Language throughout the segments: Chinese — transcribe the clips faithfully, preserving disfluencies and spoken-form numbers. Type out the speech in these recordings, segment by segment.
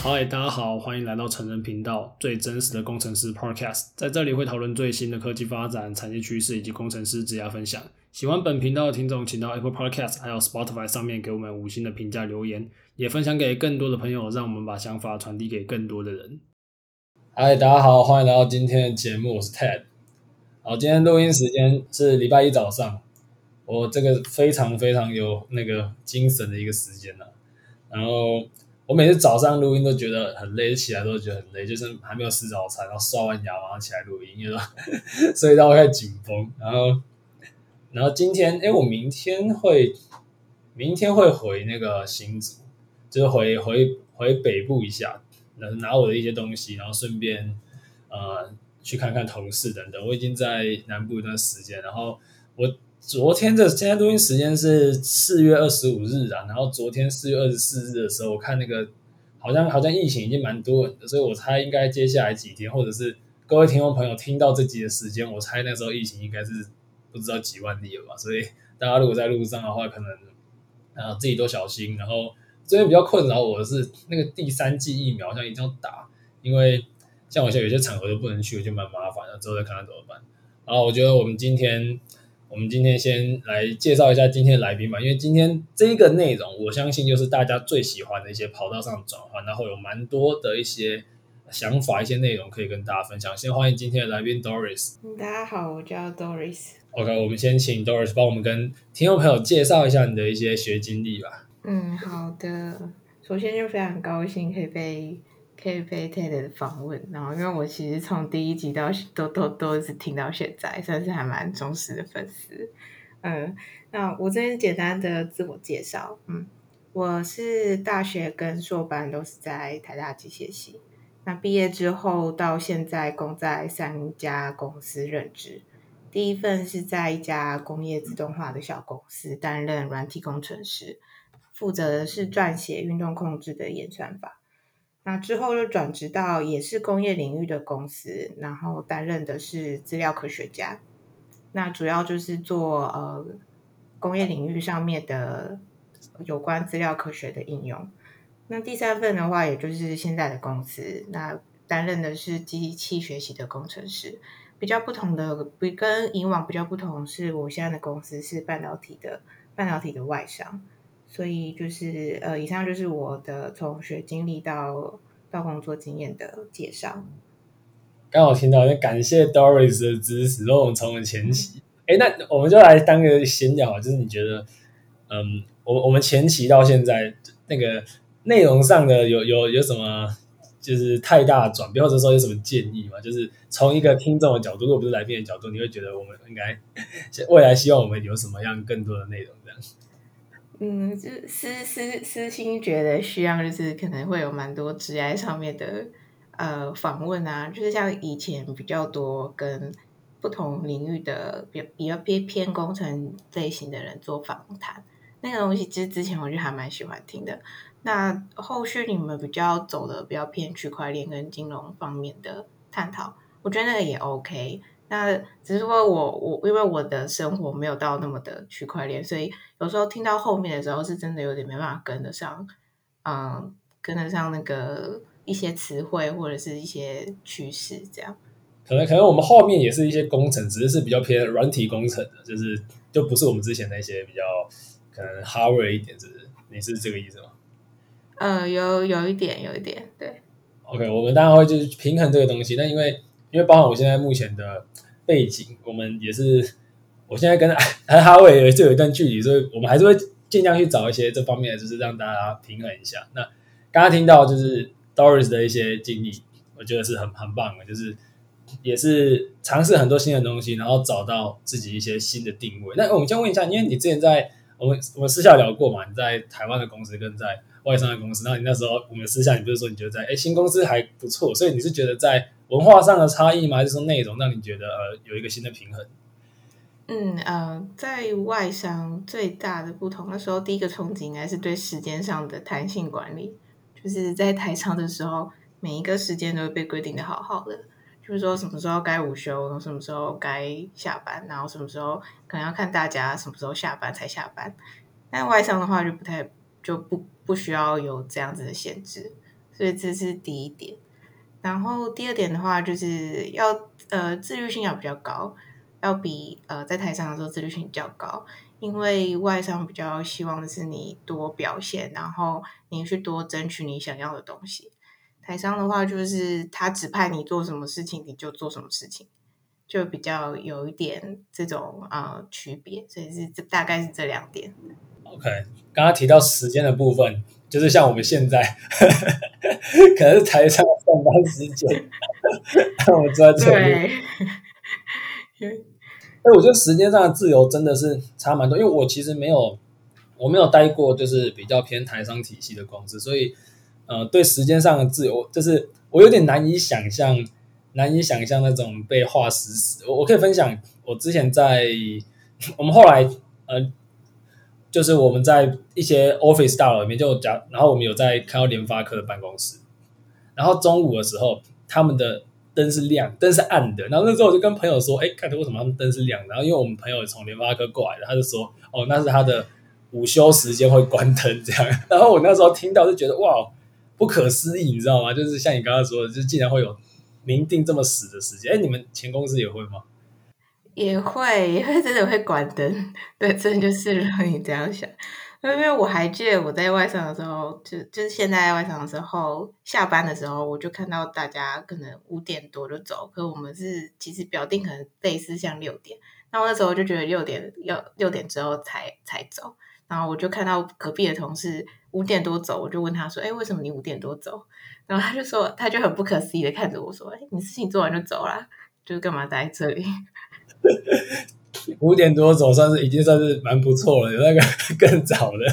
嗨，大家好，欢迎来到成人频道，最真实的工程师 Podcast。在这里会讨论最新的科技发展、产业趋势以及工程师职涯分享。喜欢本频道的听众，请到 Apple Podcast 还有 Spotify 上面给我们五星的评价留言，也分享给更多的朋友，让我们把想法传递给更多的人。嗨，大家好，欢迎来到今天的节目，我是 Ted。好，今天录音时间是礼拜一早上，我这个非常非常有那个精神的一个时间了。然后我每次早上录音都觉得很累，起来都觉得很累，就是还没有吃早餐，然后刷完牙马上起来录音，因为所以到开始紧绷。然后，然后今天，哎，我明天会，明天会回那个新竹，就是回回回北部一下，拿我的一些东西，然后顺便呃去看看同事等等。我已经在南部一段时间，然后我。昨天的现在录音时间是四月二十五日啊，然后昨天四月二十四日的时候，我看那个好像好像疫情已经蛮多人的，所以我猜应该接下来几天，或者是各位听众朋友听到这集的时间，我猜那时候疫情应该是不知道几万例了吧，所以大家如果在路上的话，可能呃自己都小心。然后这边比较困扰我的是那个第三剂疫苗好像一定要打，因为像我现在有些场合都不能去，我就蛮麻烦的，之后再看看怎么办。然后我觉得我们今天。我们今天先来介绍一下今天的来宾吧，因为今天这个内容，我相信就是大家最喜欢的一些跑道上的转换，然后有蛮多的一些想法、一些内容可以跟大家分享。先欢迎今天的来宾 Doris。 大家好，我叫 Doris。OK， 我们先请 Doris 帮我们跟听众朋友介绍一下你的一些学经历吧。 嗯，好的。首先就非常高兴可以被可以被 Ted 的访问，然后因为我其实从第一集到都都都是听到现在，算是还蛮忠实的粉丝。嗯，那我这边简单的自我介绍，嗯，我是大学跟硕班都是在台大机械系，那毕业之后到现在共在三家公司任职。第一份是在一家工业自动化的小公司担任软体工程师，负责的是撰写运动控制的演算法。那之后就转职到也是工业领域的公司，然后担任的是资料科学家。那主要就是做呃工业领域上面的有关资料科学的应用。那第三份的话，也就是现在的公司，那担任的是机器学习的工程师。比较不同的，比跟以往比较不同是，我现在的公司是半导体的半导体的外商。所以就是呃，以上就是我的从学经历到到工作经验的介绍。 刚好听到，那感谢 Doris 的支持，然后我们从我们前期，哎，那我们就来当个闲聊，就是你觉得，嗯，我我们前期到现在那个内容上的有有有什么就是太大的转变，或者说有什么建议吗？就是从一个听众的角度，如果不是来宾的角度，你会觉得我们应该未来希望我们有什么样更多的内容这样？ 嗯，就私私私心觉得需要就是可能会有蛮多职业上面的呃访问啊，就是像以前比较多跟不同领域的比比较偏偏工程类型的人做访谈，那个东西其实之前我就还蛮喜欢听的。那后续你们比较走的比较偏区块链跟金融方面的探讨，我觉得那个也 OK。那只是说我我因为我的生活没有到那么的区块链，所以有时候听到后面的时候是真的有点没办法跟得上，嗯，跟得上那个一些词汇或者是一些趋势这样。 可能可能我们后面也是一些工程，只是是比较偏软体工程的，就是就不是我们之前那些比较可能 hardware 一点，是不是？你是这个意思吗？ 呃，有有一点，有一点，对。 OK，我们当然会就是平衡这个东西，但因为因为包含我现在目前的背景，我们也是我现在跟哈维就有一段距离，所以我们还是会尽量去找一些这方面的，就是让大家平衡一下。那刚刚听到就是 Doris 的一些经历，我觉得是很很棒的，就是也是尝试很多新的东西，然后找到自己一些新的定位。那我们先问一下，因为你之前在我们我们私下聊过嘛，你在台湾的公司跟在外商的公司，然后你那时候我们私下你不是说你觉得在哎新公司还不错，所以你是觉得在文化上的差异吗？还是说内容让你觉得呃有一个新的平衡？ 嗯呃，在外商最大的不同，那时候第一个冲击应该是对时间上的弹性管理，就是在台上的时候，每一个时间都会被规定的好好的，就是说什么时候该午休，什么时候该下班，然后什么时候可能要看大家什么时候下班才下班。但外商的话就不太就不不需要有这样子的限制， 所以这是第一点。然后第二点的话，就是要呃自律性要比较高，要比呃在台上的时候自律性比较高，因为外商比较希望的是你多表现，然后你去多争取你想要的东西。台商的话，就是他指派你做什么事情，你就做什么事情，就比较有一点这种呃区别，所以是这大概是这两点。 OK，刚刚提到时间的部分，就是像我们现在可能是台上的上班时间，我们坐在这里。 对， 但我觉得时间上的自由真的是差蛮多，因为我其实没有我没有待过就是比较偏台商体系的公司，所以呃对时间上的自由，就是我有点难以想象，难以想象那种被划死死。我我可以分享，我之前在我们后来呃就是我们在一些 office 大楼里面就讲，然后我们有在看到联发科的办公室，然后中午的时候他们的灯是亮，灯是暗的。然后那时候我就跟朋友说：“哎，看为什么他们灯是亮的？”然后因为我们朋友从联发科过来的，他就说：“哦，那是他的午休时间会关灯这样。”然后我那时候听到就觉得哇，不可思议，你知道吗？就是像你刚刚说的，就竟然会有明定这么死的时间。哎，你们前公司也会吗？ 也会，也会真的会关灯，对，真的就是如果你这样想，因为我还记得我在外商的时候，就就是现在在外商的时候，下班的时候我就看到大家可能五点多就走，可我们是其实表定可能类似像六点，那我那时候就觉得六点要六点之后才才走，然后我就看到隔壁的同事五点多走，我就问他说：“哎，为什么你五点多走？”然后他就说，他就很不可思议的看着我说：“哎，你事情做完就走啦，就是干嘛待在这里？” 五点多走算是已经算是蛮不错了，有那个更早的。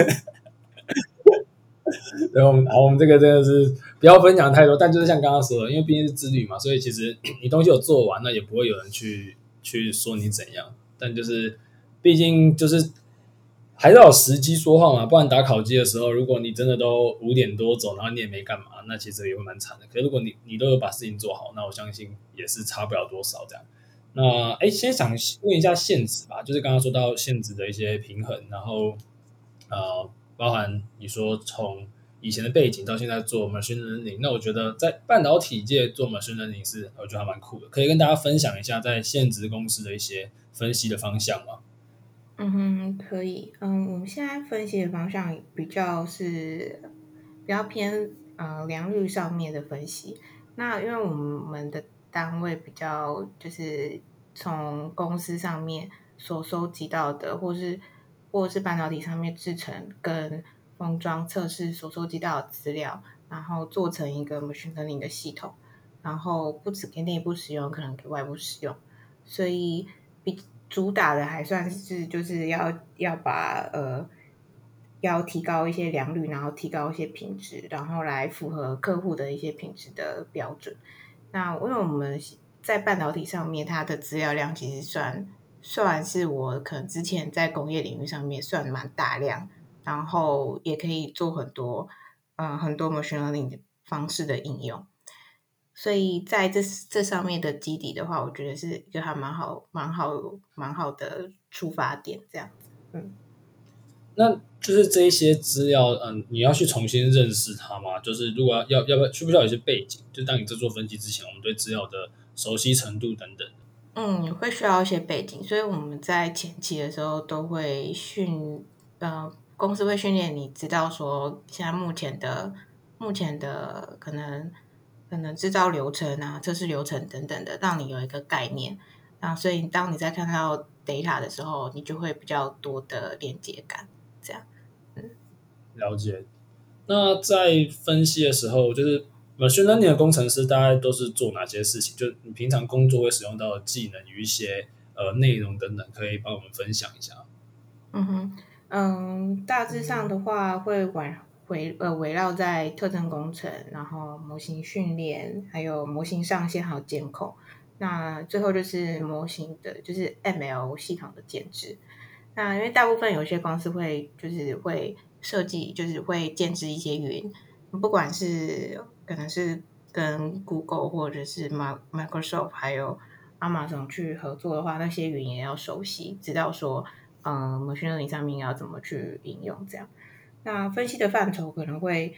对，我们好，我们这个真的是不要分享太多，但就是像刚刚说的，因为毕竟是自律嘛，所以其实你东西有做完，那也不会有人去去说你怎样。但就是毕竟就是还是要有时机说话嘛，不然打考绩的时候，如果你真的都五点多走，然后你也没干嘛，那其实也会蛮惨的。可是如果你你都有把事情做好，那我相信也是差不了多少这样。那哎，先想问一下现职吧，就是刚刚说到现职的一些平衡，然后呃，包含你说从以前的背景到现在做 machine learning，那我觉得在半导体界做 machine learning 是我觉得还蛮酷的，可以跟大家分享一下在现职公司的一些分析的方向吗？ 嗯哼，可以。嗯，我们现在分析的方向比较是比较偏呃良率上面的分析。那因为我们的单位比较就是从公司上面所收集到的，或是或是半导体上面制成跟封装测试所收集到的资料，然后做成一个 machine learning 的系统，然后不只给内部使用，可能给外部使用。所以比主打的还算是就是要要把呃要提高一些良率，然后提高一些品质，然后来符合客户的一些品质的标准。那因为我们在半导体上面，它的资料量其实算算是我可能之前在工业领域上面算蛮大量，然后也可以做很多嗯、呃、很多 machine learning 方式的应用。所以在这这上面的基底的话，我觉得是一个还蛮好、蛮好、蛮好的出发点，这样子。嗯那就是这一些资料，嗯，你要去重新认识它吗？就是如果要要要不要需不需要有一些背景？就当你在做分析之前，我们对资料的熟悉程度等等。 嗯，会需要一些背景，所以我们在前期的时候都会训，呃，公司会训练你知道说现在目前的目前的可能可能制造流程啊、测试流程等等的，让你有一个概念。啊，所以当你在看到 data 的时候，你就会比较多的连接感，这样。嗯。 了解。那在分析的时候，就是 machine learning 的工程师大概都是做哪些事情？就你平常工作会使用到的技能与一些呃内容等等，可以帮我们分享一下。 嗯哼，嗯，大致上的话会围围呃围绕在特征工程，然后模型训练，还有模型上线还有监控。那最后就是模型的，就是 M L 系统的建制。那因为大部分有些公司会就是会设计，就是会建制一些云，不管是可能是跟 Google 或者是 Microsoft 还有 Amazon 去合作的话，那些云也要熟悉，知道说。嗯，machine learning 上面要怎么去应用这样。那分析的范畴可能会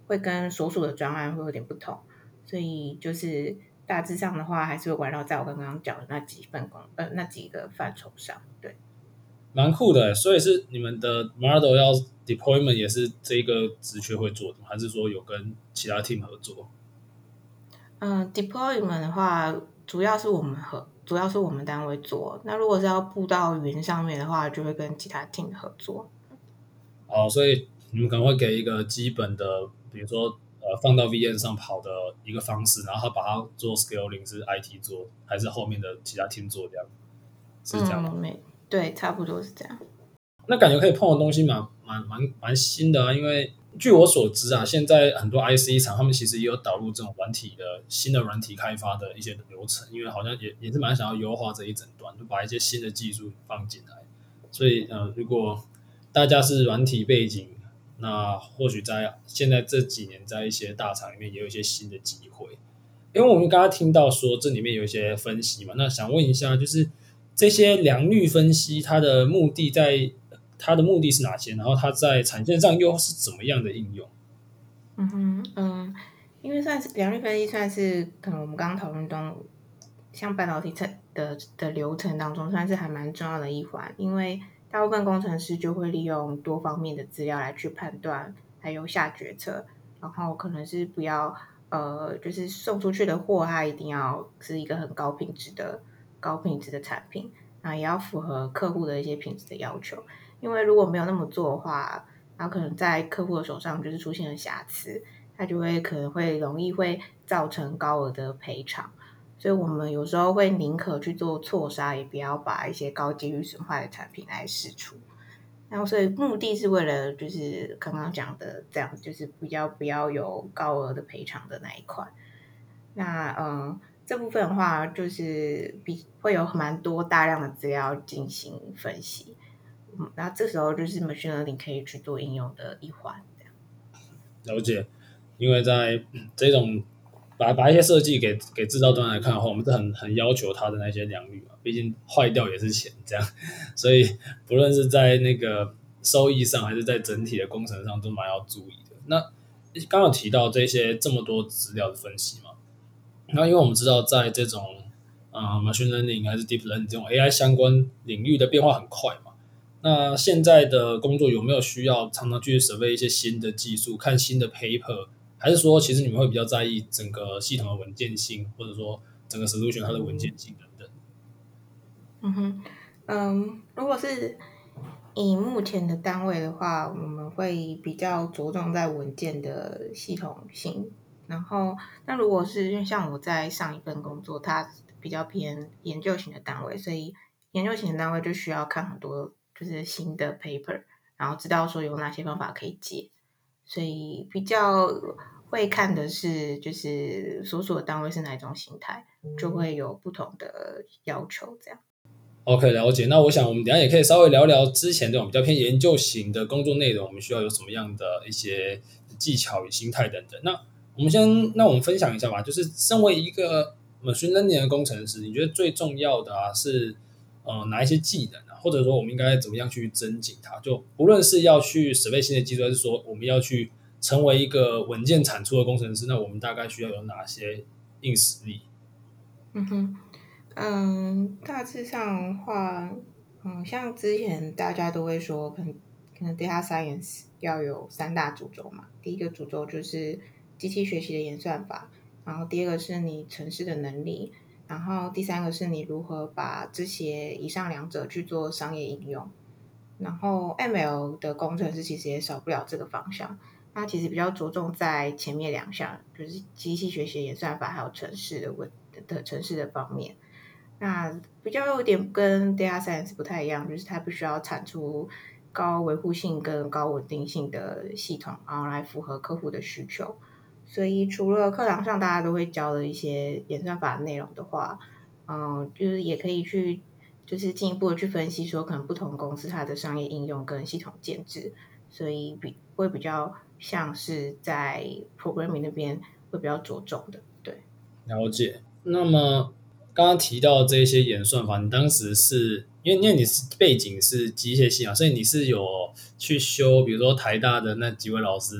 会跟所属的专案会有点不同，所以就是大致上的话，还是会围绕在我刚刚讲的那几份工呃那几个范畴上。对， 蛮酷的。所以是你们的 model 要 deployment 也是这个职缺会做的吗？还是说有跟其他 team 合作？ 嗯、呃、，deployment 的话，主要是我们合，主要是我们单位做。那如果是要布到云上面的话，就会跟其他 team 合作。 哦，所以你们可能会给一个基本的，比如说呃放到 V M 上跑的一个方式，然后他把它做 scaling 是 I T 做，还是后面的其他 team 做这样？是这样吗？ 嗯，没对，差不多是这样。 那感觉可以碰的东西蛮蛮蛮蛮新的啊，因为据我所知啊，现在很多 I C 厂他们其实也有导入这种软体的新的软体开发的一些流程，因为好像也也是蛮想要优化这一整段，就把一些新的技术放进来。所以呃，如果大家是软体背景，那或许在现在这几年，在一些大厂里面也有一些新的机会。因为我们刚刚听到说这里面有一些分析嘛，那想问一下，就是这些良率分析，它的目的在它的目的是哪些？然后它在产线上又是怎么样的应用？ 嗯哼，嗯，因为算是良率分析，算是可能我们刚刚讨论中，像半导体的的流程当中，算是还蛮重要的一环。因为大部分工程师就会利用多方面的资料来去判断，还有下决策。然后可能是不要呃，就是送出去的货，它一定要是一个很高品质的高品质的产品，那也要符合客户的一些品质的要求。因为如果没有那么做的话，然后可能在客户的手上就是出现了瑕疵，它就会可能会容易会造成高额的赔偿，所以我们有时候会宁可去做错杀，也不要把一些高几率损坏的产品来释出。然后所以目的是为了就是刚刚讲的这样，就是不要不要有高额的赔偿的那一块。那嗯，这部分的话就是比会有蛮多大量的资料进行分析。嗯，那这时候就是 machine learning 可以去做应用的一环，这样。 了解，因为在这种把把一些设计给给制造端来看的话，我们是很很要求它的那些良率嘛，毕竟坏掉也是钱，这样，所以不论是在那个收益上，还是在整体的工程上，都蛮要注意的。那刚刚有提到这些这么多资料的分析嘛，那因为我们知道在这种呃 machine learning 还是 deep learning 这种 A I 相关领域的变化很快嘛。那现在的工作有没有需要常常去 survey 一些新的技术，看新的 paper， 还是说其实你们会比较在意整个系统的稳健性，或者说整个 solution 它的稳健性等等？ 嗯哼，嗯，如果是以目前的单位的话，我们会比较着重在文件的系统性。然后，那如果是因为像我在上一份工作，它比较偏研究型的单位，所以研究型的单位就需要看很多就是新的 paper，然后知道说有哪些方法可以解。所以比较会看的是，就是所属的单位是哪一种形态，就会有不同的要求这样。 OK，了解。那我想我们等一下也可以稍微聊聊之前这种比较偏研究型的工作内容，我们需要有什么样的一些技巧与心态等等。那我们先，那我们分享一下吧。就是身为一个 machine learning 的工程师，你觉得最重要的啊是呃哪一些技能啊？或者说我们应该怎么样去增进它？就不论是要去设备新的技术，还是说我们要去成为一个稳健产出的工程师，那我们大概需要有哪些硬实力？ 嗯哼。嗯，大致上的话，嗯，像之前大家都会说，可能可能 data science 要有三大主轴嘛。第一个主轴就是机器学习的演算法，然后第二个是你程式的能力，然后第三个是你如何把这些以上两者去做商业应用。然后 M L 的工程师其实也少不了这个方向，它其实比较着重在前面两项，就是机器学习的演算法还有程式的问的程式的方面。那比较有点跟 data science 不太一样，就是它必须要产出高维护性跟高稳定性的系统，然后来符合客户的需求。所以除了课堂上大家都会教的一些演算法内容的话，嗯，就是也可以去就是进一步的去分析说，可能不同公司它的商业应用跟系统建制，所以比会比较像是在 programming 那边会比较着重的，对。 了解。那么刚刚提到这些演算法，你当时是因为因为你是背景是机械系嘛，所以你是有去修，比如说台大的那几位老师的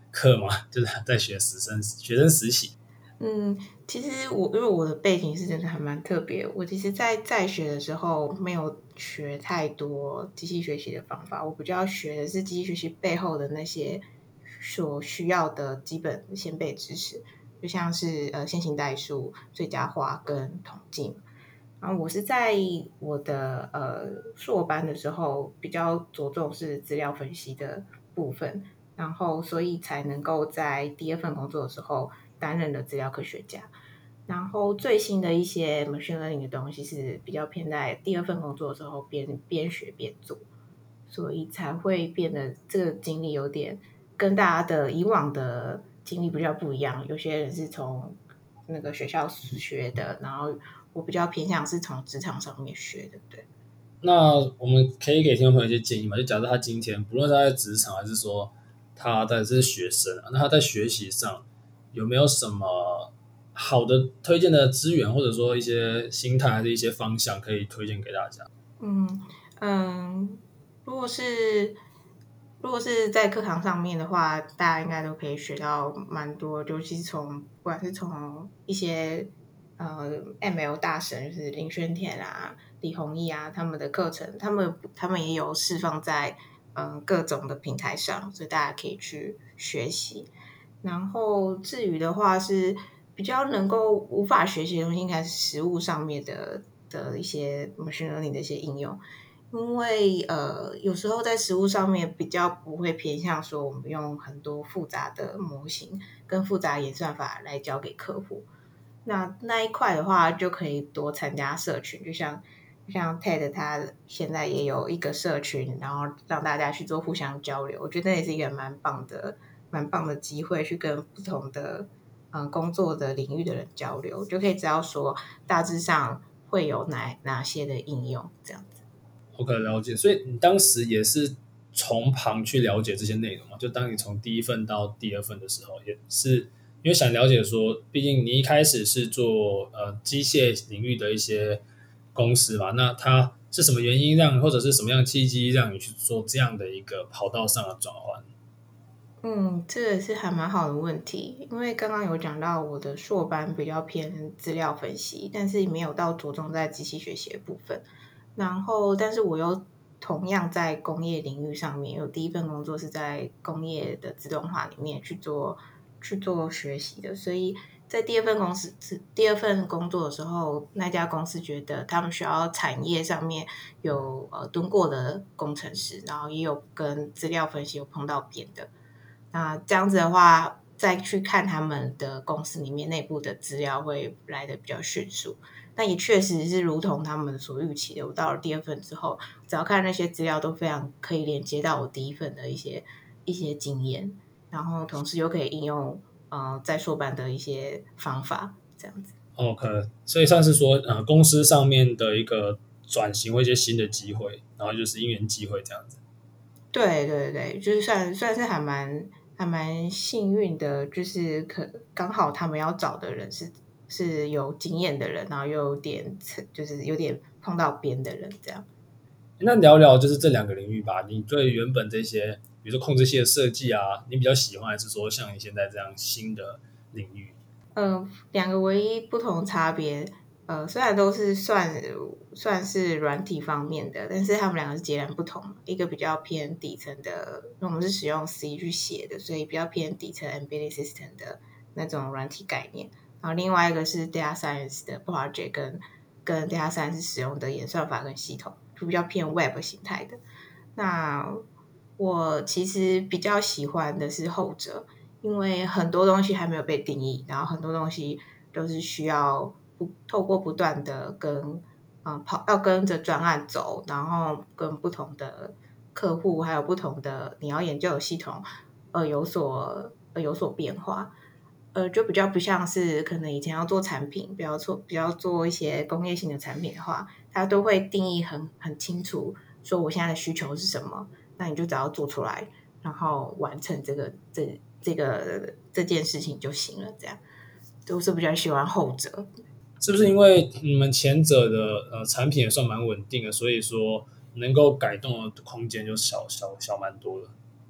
课吗？就是在学实生学生实习。 嗯，其实我因为我的背景是真的还蛮特别，我其实在在学的时候没有学太多机器学习的方法，我比较学的是机器学习背后的那些所需要的基本先辈知识，就像是呃线性代数、最佳化跟统计。然后我是在我的呃硕班的时候比较着重是资料分析的部分，然后所以才能够在第二份工作的时候担任了资料科学家。然后最新的一些 machine learning 的东西是比较偏在第二份工作的时候边边学边做，所以才会变得这个经历有点跟大家的以往的经历比较不一样。有些人是从那个学校学的，然后我比较偏向是从职场上面学的，对。 那我们可以给听众朋友一些建议嘛？就假设他今天不论他在职场还是说他在是学生啊，那他在学习上有没有什么好的推荐的资源，或者说一些心态还是一些方向可以推荐给大家？ 嗯嗯，如果是如果是在课堂上面的话，大家应该都可以学到蛮多，尤其是从不管是从一些呃 M L 大神，就是林轩田啊、李弘毅啊他们的课程，他们他们也有释放在嗯、呃各种的平台上，所以大家可以去学习。然后至于的话是比较能够无法学习的东西，应该是实物上面的的一些 machine learning 的一些应用，因为呃有时候在实物上面比较不会偏向说我们用很多复杂的模型跟复杂演算法来教给客户，那那一块的话就可以多参加社群，就像就像 TED 他现在也有一个社群，然后让大家去做互相交流，我觉得那也是一个蛮棒的蛮棒的机会，去跟不同的嗯、呃工作的领域的人交流，就可以知道说大致上会有哪哪些的应用这样子。 我可能了解，所以你当时也是从旁去了解这些内容嘛？就当你从第一份到第二份的时候，也是因为想了解说，毕竟你一开始是做呃机械领域的一些公司嘛，那它是什么原因让，或者是什么样的契机让你去做这样的一个跑道上的转换？ 嗯，这个是还蛮好的问题，因为刚刚有讲到我的硕班比较偏资料分析，但是没有到着重在机器学习的部分。然后，但是我又同样在工业领域上面，有第一份工作是在工业的自动化里面去做去做学习的，所以在第二份公司第二份工作的时候，那家公司觉得他们需要产业上面有呃蹲过的工程师，然后也有跟资料分析有碰到边的。那这样子的话，再去看他们的公司里面内部的资料会来的比较迅速。那也确实是如同他们所预期的，我到了第二份之后，只要看那些资料都非常可以连接到我第一份的一些一些经验，然后同时又可以应用呃在硕班的一些方法，这样子。 OK，所以算是说呃公司上面的一个转型或一些新的机会，然后就是因缘机会这样子。 对对对，就是算算是还蛮还蛮幸运的，就是可刚好他们要找的人是是有经验的人，然后又有点就是有点碰到边的人，这样。 那聊聊就是这两个领域吧。你对原本这些，比如说控制器的设计啊，你比较喜欢，还是说像你现在这样新的领域？ 呃，两个唯一不同差别，呃，虽然都是算算是软体方面的，但是他们两个是截然不同。一个比较偏底层的，因为我们是使用 C 去写的，所以比较偏底层 embedded system 的那种软体概念。然后另外一个是 data science 的 project 跟跟 data science 使用的演算法跟系统，就比较偏 web 形态的。那我其实比较喜欢的是后者，因为很多东西还没有被定义，然后很多东西都是需要不透过不断的跟嗯跑要跟着专案走，然后跟不同的客户还有不同的你要研究的系统呃有所呃有所变化。呃，就比较不像是可能以前要做产品，比较做比较做一些工业性的产品的话，它都会定义很很清楚，说我现在的需求是什么，那你就只要做出来，然后完成这个这这个这件事情就行了。这样都是比较喜欢后者。 是不是因为你们前者的呃产品也算蛮稳定的，所以说能够改动的空间就小小小蛮多了？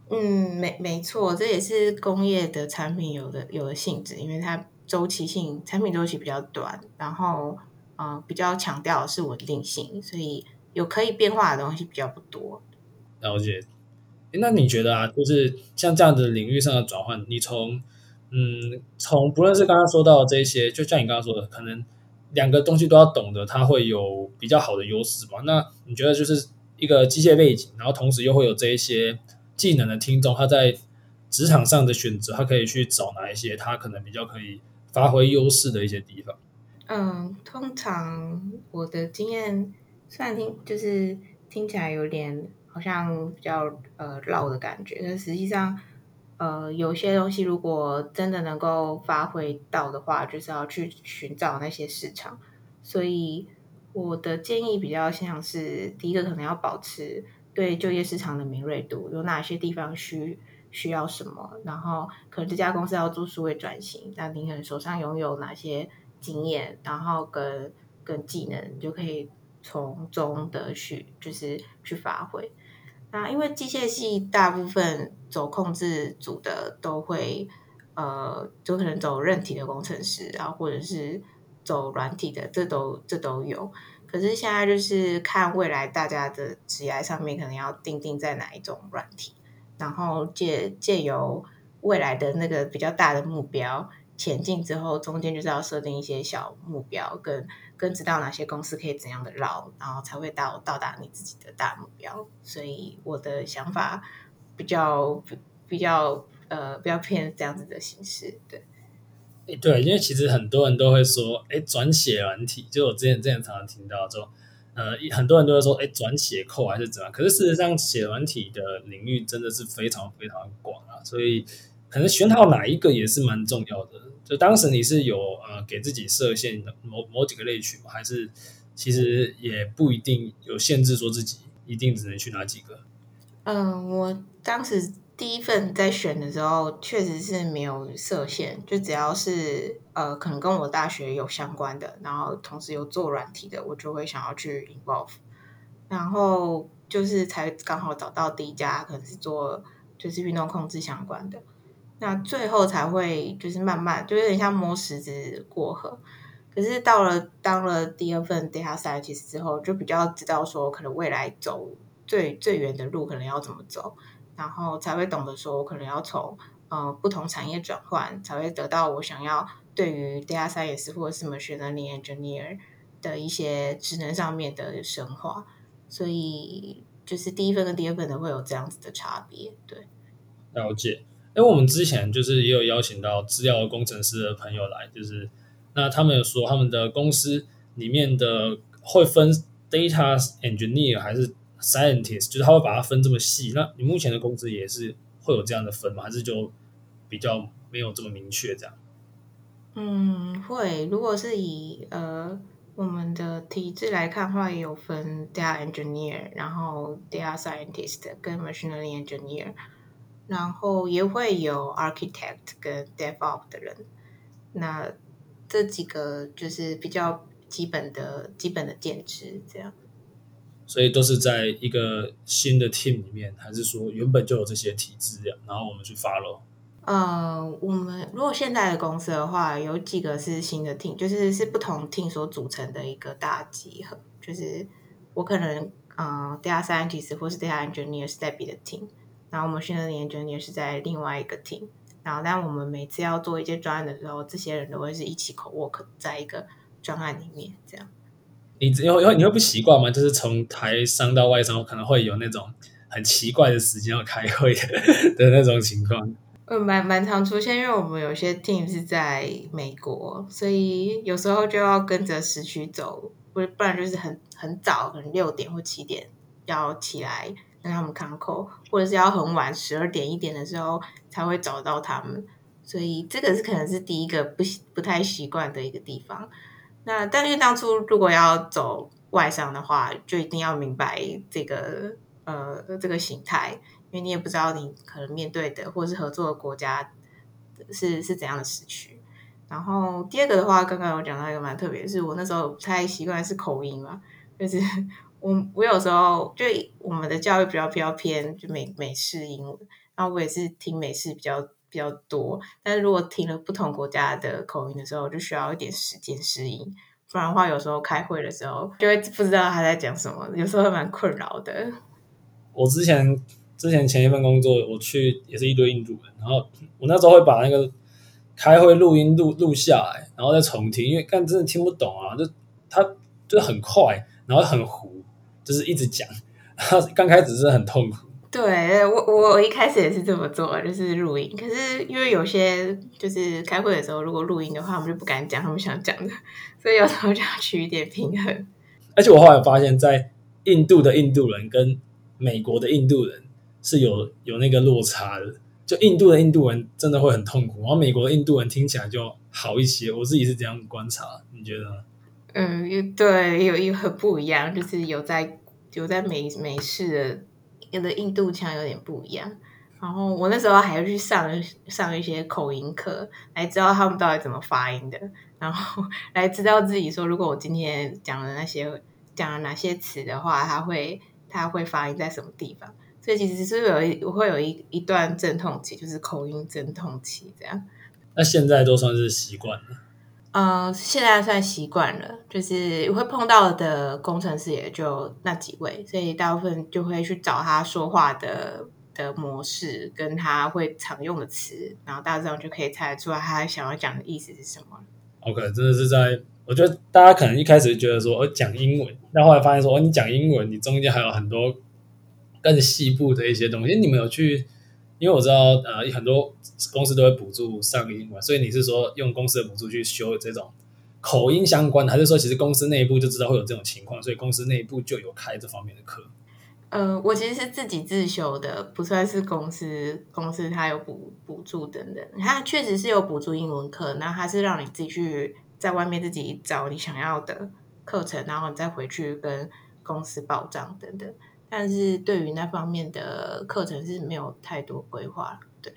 嗯，没没错，这也是工业的产品有的有的性质，因为它周期性产品周期比较短，然后呃比较强调的是稳定性，所以有可以变化的东西比较不多。 了解。诶那你觉得啊，就是像这样的领域上的转换，你从嗯从不论是刚刚说到的这些，就像你刚刚说的，可能两个东西都要懂得，它会有比较好的优势嘛？那你觉得就是一个机械背景，然后同时又会有这一些技能的听众，他在职场上的选择，他可以去找哪一些他可能比较可以发挥优势的一些地方？ 嗯，通常我的经验虽然听就是听起来有点好像比较呃绕的感觉，但实际上呃有些东西如果真的能够发挥到的话，就是要去寻找那些市场。所以我的建议比较像是第一个可能要保持对就业市场的敏锐度，有哪些地方需需要什么，然后可能这家公司要做数位转型，那你可能手上拥有哪些经验，然后跟跟技能，你就可以从中的去就是去发挥。那因为机械系大部分走控制组的都会，呃，就可能走韧体的工程师啊，或者是走软体的，这都这都有。可是现在就是看未来大家的职业上面可能要定定在哪一种软体，然后借借由未来的那个比较大的目标前进之后，中间就是要设定一些小目标，跟跟知道哪些公司可以怎样的绕，然后才会到到达你自己的大目标。所以我的想法比较比比较呃比较偏这样子的形式，对。 诶对，因为其实很多人都会说，哎，转写软体，就我之前之前常常听到说，呃，很多人都会说，哎，转写扣还是怎样？可是事实上，写软体的领域真的是非常非常广啊，所以可能选好哪一个也是蛮重要的。就当时你是有呃给自己设限的某某几个类群吗？还是其实也不一定有限制，说自己一定只能去哪几个？ 嗯，我当时第一份在选的时候，确实是没有设限，就只要是呃，可能跟我大学有相关的，然后同时有做软体的，我就会想要去 involve。然后就是才刚好找到第一家，可能是做就是运动控制相关的，那最后才会就是慢慢就有点像摸石子过河。可是到了当了第二份 data scientist 之后，就比较知道说可能未来走最最远的路可能要怎么走，然后才会懂得说我可能要从呃不同产业转换，才会得到我想要对于 data science 或者是 machine learning engineer 的一些职能上面的深化。所以就是第一份跟第二份的会有这样子的差别，对。 了解。因为我们之前就是也有邀请到资料工程师的朋友来，就是那他们有说他们的公司里面的会分 data engineer 还是 scientist，就是他会把它分这么细。那你目前的公司也是会有这样的分吗？还是就比较没有这么明确这样？ 嗯，会。如果是以呃我们的体制来看的话，也有分 data engineer，然后 data scientist 跟 machine learning engineer，然后也会有 architect 跟 DevOps 的人。那这几个就是比较基本的基本的建制，这样。 所以都是在一个新的 team 里面，还是说原本就有这些体制，然后我们去 follow？ 呃，我们如果现在的公司的话，有几个是新的 team，就是是不同 team 所组成的一个大集合。就是我可能呃，data scientist 或是 data engineer 是在别的 team，然后我们 machine learning engineer 是在另外一个 team。然后，但我们每次要做一些专案的时候，这些人都会是一起 co work 在一个专案里面，这样。 你以后你会不习惯吗？就是从台商到外商，可能会有那种很奇怪的时间要开会的的那种情况。 呃，蛮蛮常出现，因为我们有些 team 是在美国，所以有时候就要跟着时区走，不不然就是很很早，可能六点或七点要起来跟他们 c o 或者是要很晚十二点一点的时候才会找到他们，所以这个是可能是第一个不不太习惯的一个地方。那但是当初如果要走外商的话，就一定要明白这个呃这个形态。因为你也不知道你可能面对的或是合作的国家是是怎样的时区。然后第二个的话，刚刚有讲到一个蛮特别的是，我那时候不太习惯是口音嘛，就是我我有时候就我们的教育比较比较偏就美美式英文， 然后我也是听美式比较比较多，但是如果听了不同国家的口音的时候，就需要一点时间适应，不然的话有时候开会的时候就会不知道他在讲什么，有时候会蛮困扰的。 我之前之前前一份工作，我去也是一堆印度人，然后我那时候会把那个开会录音录录下来，然后再重听，因为干真的听不懂啊，就他就很快，然后很糊，就是一直讲，然后刚开始是很痛苦。 对，我我一开始也是这么做，就是录音。可是因为有些就是开会的时候，如果录音的话，他们就不敢讲他们想讲的，所以有时候就要取一点平衡。 而且我后来发现，在印度的印度人跟美国的印度人是有有那个落差的。就印度的印度人真的会很痛苦，然后美国的印度人听起来就好一些。我自己是这样观察，你觉得呢？ 嗯，对，有有很不一样，就是有在有在美美式的有的印度腔有点不一样。然后我那时候还要去上上一些口音课，来知道他们到底怎么发音的，然后来知道自己说，如果我今天讲的那些讲了哪些词的话，它会它会发音在什么地方。所以其实是有一我会有一一段阵痛期，就是口音阵痛期这样。 那现在都算是习惯了。 呃，现在算习惯了，就是会碰到的工程师也就那几位，所以大部分就会去找他说话的的模式，跟他会常用的词，然后大致上就可以猜得出来他想要讲的意思是什么。 OK，真的是在，我觉得大家可能一开始觉得说，哦，讲英文，但后来发现说，哦，你讲英文，你中间还有很多更细部的一些东西。你们有去？因为我知道，呃，很多公司都会补助上英文，所以你是说用公司的补助去修这种口音相关的，还是说其实公司内部就知道会有这种情况，所以公司内部就有开这方面的课？ 呃，我其实是自己自修的，不算是公司公司它有补补助等等，它确实是有补助英文课，那它是让你自己去在外面自己找你想要的课程，然后你再回去跟公司报账等等。但是对于那方面的课程是没有太多规划，对。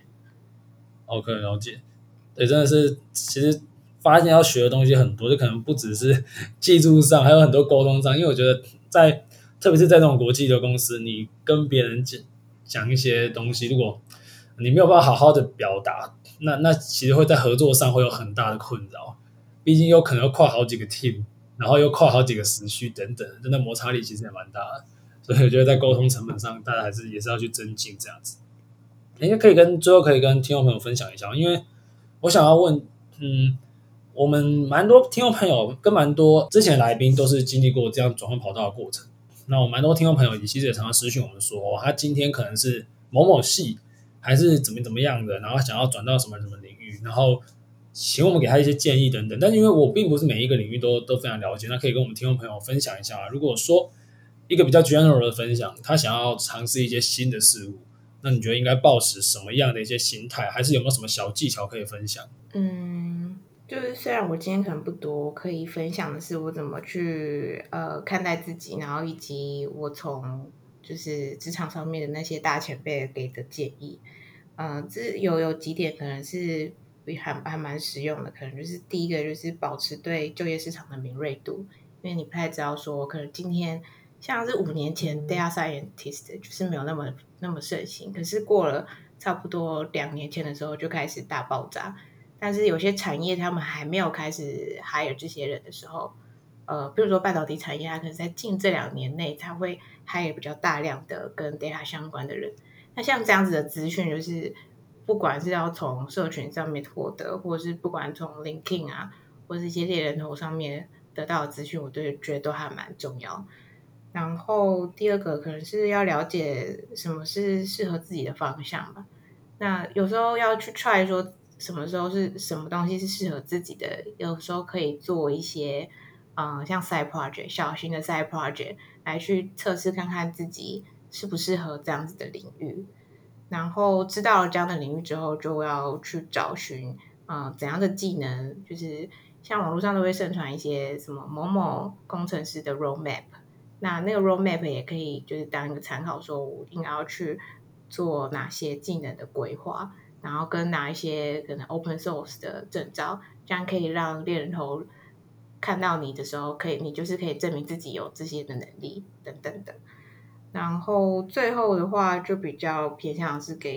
OK，了解。对，真的是，其实发现要学的东西很多，就可能不只是技术上，还有很多沟通上。因为我觉得在，特别是在这种国际的公司，你跟别人讲讲一些东西，如果你没有办法好好的表达，那那其实会在合作上会有很大的困扰。毕竟有可能要跨好几个 team，然后又跨好几个时区等等，真的摩擦力其实也蛮大的。所以我觉得在沟通成本上，大家还是也是要去增进这样子。应该可以跟最后可以跟听众朋友分享一下，因为我想要问，嗯，我们蛮多听众朋友跟蛮多之前来宾都是经历过这样转换跑道的过程。那我蛮多听众朋友其实也常常私讯我们说，哦，他今天可能是某某系还是怎么怎么样的，然后想要转到什么什么领域，然后请我们给他一些建议等等。但是因为我并不是每一个领域都都非常了解，那可以跟我们听众朋友分享一下。如果说一个比较 general 的分享，他想要尝试一些新的事物，那你觉得应该抱持什么样的一些心态，还是有没有什么小技巧可以分享？ 嗯，就是虽然我今天可能不多，可以分享的是我怎么去呃看待自己，然后以及我从就是职场上面的那些大前辈给的建议。嗯、呃，这有有几点可能是还还蛮实用的，可能就是第一个就是保持对就业市场的敏锐度，因为你不太知道说可能今天像是五年前 data scientist 就是没有那么那么盛行，可是过了差不多两年前的时候就开始大爆炸。但是有些产业他们还没有开始 hire 这些人的时候，呃，比如说半导体产业，它可能在近这两年内才会 hire 比较大量的跟 data 相关的人。那像这样子的资讯，就是不管是要从社群上面获得，或者是不管从 LinkedIn 啊，或是一些猎人头上面得到的资讯，我都觉得都还蛮重要。然后第二个可能是要了解什么是适合自己的方向吧。那有时候要去 try 说什么时候是什么东西是适合自己的，有时候可以做一些嗯、呃像 side project 小型的 side project 来去测试看看自己适不适合这样子的领域。然后知道了这样的领域之后，就要去找寻嗯、呃怎样的技能，就是像网络上都会盛传一些什么某某工程师的 roadmap。那那个 roadmap 也可以就是当一个参考，说我应该要去做哪些技能的规划，然后跟拿一些可能 open source 的证照，这样可以让猎人头看到你的时候，可以你就是可以证明自己有这些的能力等等的。然后最后的话就比较偏向是给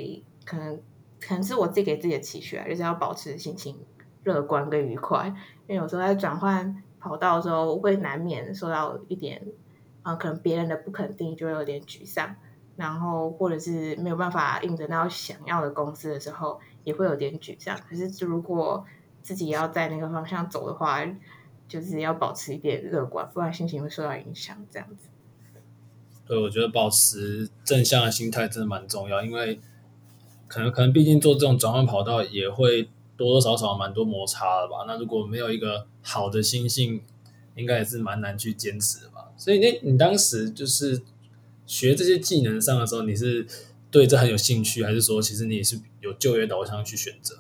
可能可能是我自己给自己的期许啊，就是要保持心情乐观跟愉快。因为有时候在转换跑道的时候，会难免受到一点，呃，可能别人的不肯定，就会有点沮丧。然后或者是没有办法应征到想要的公司的时候，也会有点沮丧。可是如果自己要在那个方向走的话，就是要保持一点乐观，不然心情会受到影响。这样子。 对，我觉得保持正向的心态真的蛮重要，因为可能可能毕竟做这种转换跑道也会多多少少蛮多摩擦的吧。那如果没有一个好的心性，应该也是蛮难去坚持的吧。所以你你当时就是学这些技能上的时候，你是对这很有兴趣，还是说其实你是有就业导向去选择？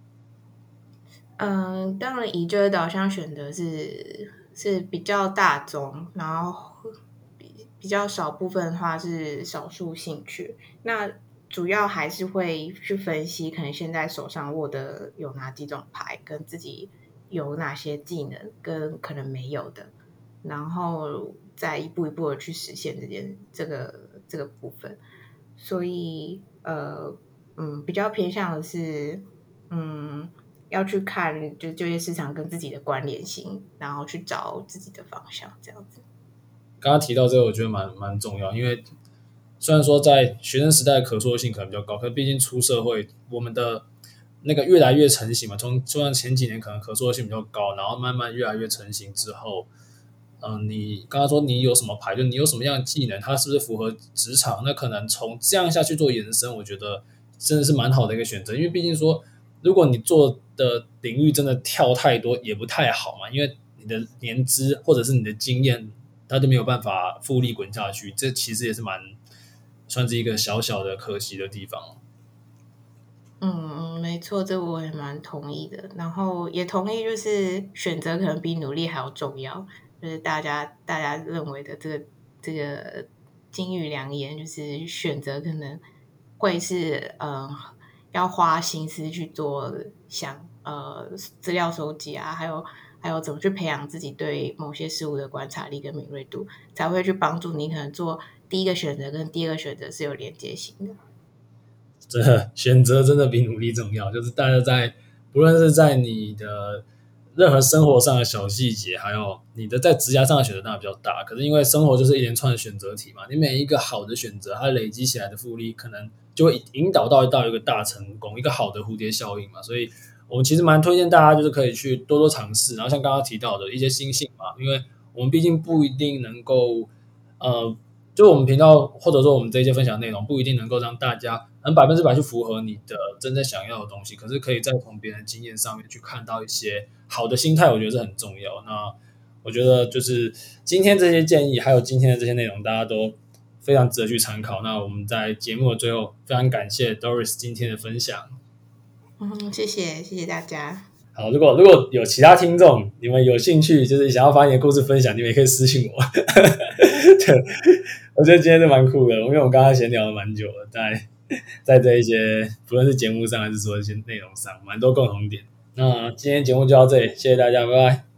嗯，当然以就业导向选择是是比较大众，然后比比较少部分的话是少数兴趣。那主要还是会去分析，可能现在手上握的有哪几种牌，跟自己有哪些技能，跟可能没有的，然后再一步一步的去实现这件这个这个部分。所以呃嗯，比较偏向的是嗯。要去看就是就业市场跟自己的关联性，然后去找自己的方向，这样子。 刚刚提到这个，我觉得蛮蛮重要，因为虽然说在学生时代的可塑性可能比较高，可是毕竟出社会，我们的那个越来越成型嘛。从就算前几年可能可塑性比较高，然后慢慢越来越成型之后，嗯、呃，你刚刚说你有什么牌，就你有什么样的技能，它是不是符合职场？那可能从这样下去做延伸，我觉得真的是蛮好的一个选择。因为毕竟说，如果你做的领域真的跳太多，也不太好嘛，因为你的年资或者是你的经验，它就没有办法复利滚下去。这其实也是蛮算是一个小小的可惜的地方。 嗯，没错，这我也蛮同意的。然后也同意，就是选择可能比努力还要重要。就是大家大家认为的这个这个金玉良言，就是选择可能会是呃要花心思去做想呃资料收集啊，还有还有怎么去培养自己对某些事物的观察力跟敏锐度，才会去帮助你可能做第一个选择跟第二个选择是有连接性的。 真的选择真的比努力重要，就是大家在不论是在你的任何生活上的小细节，还有你的在职涯上的选择，当然比较大。可是因为生活就是一连串的选择题嘛，你每一个好的选择，它累积起来的复利，可能就会引导到到一个大成功，一个好的蝴蝶效应嘛。所以我们其实蛮推荐大家，就是可以去多多尝试。然后像刚刚提到的一些新兴嘛，因为我们毕竟不一定能够呃。就我们频道或者说我们这一些分享内容，不一定能够让大家能百分之百去符合你的真正想要的东西，可是可以再从别人的经验上面去看到一些好的心态，我觉得是很重要。那我觉得就是今天这些建议，还有今天的这些内容，大家都非常值得去参考。那我们在节目的最后，非常感谢 Doris 今天的分享。 嗯，谢谢谢谢大家。 好，如果如果有其他听众，你们有兴趣，就是想要把你的故事分享，你们也可以私信我。对，我觉得今天是蛮酷的，因为我们刚刚闲聊了蛮久了，在在这一些不论是节目上还是说一些内容上，蛮多共同点。那今天节目就到这里，谢谢大家，拜拜。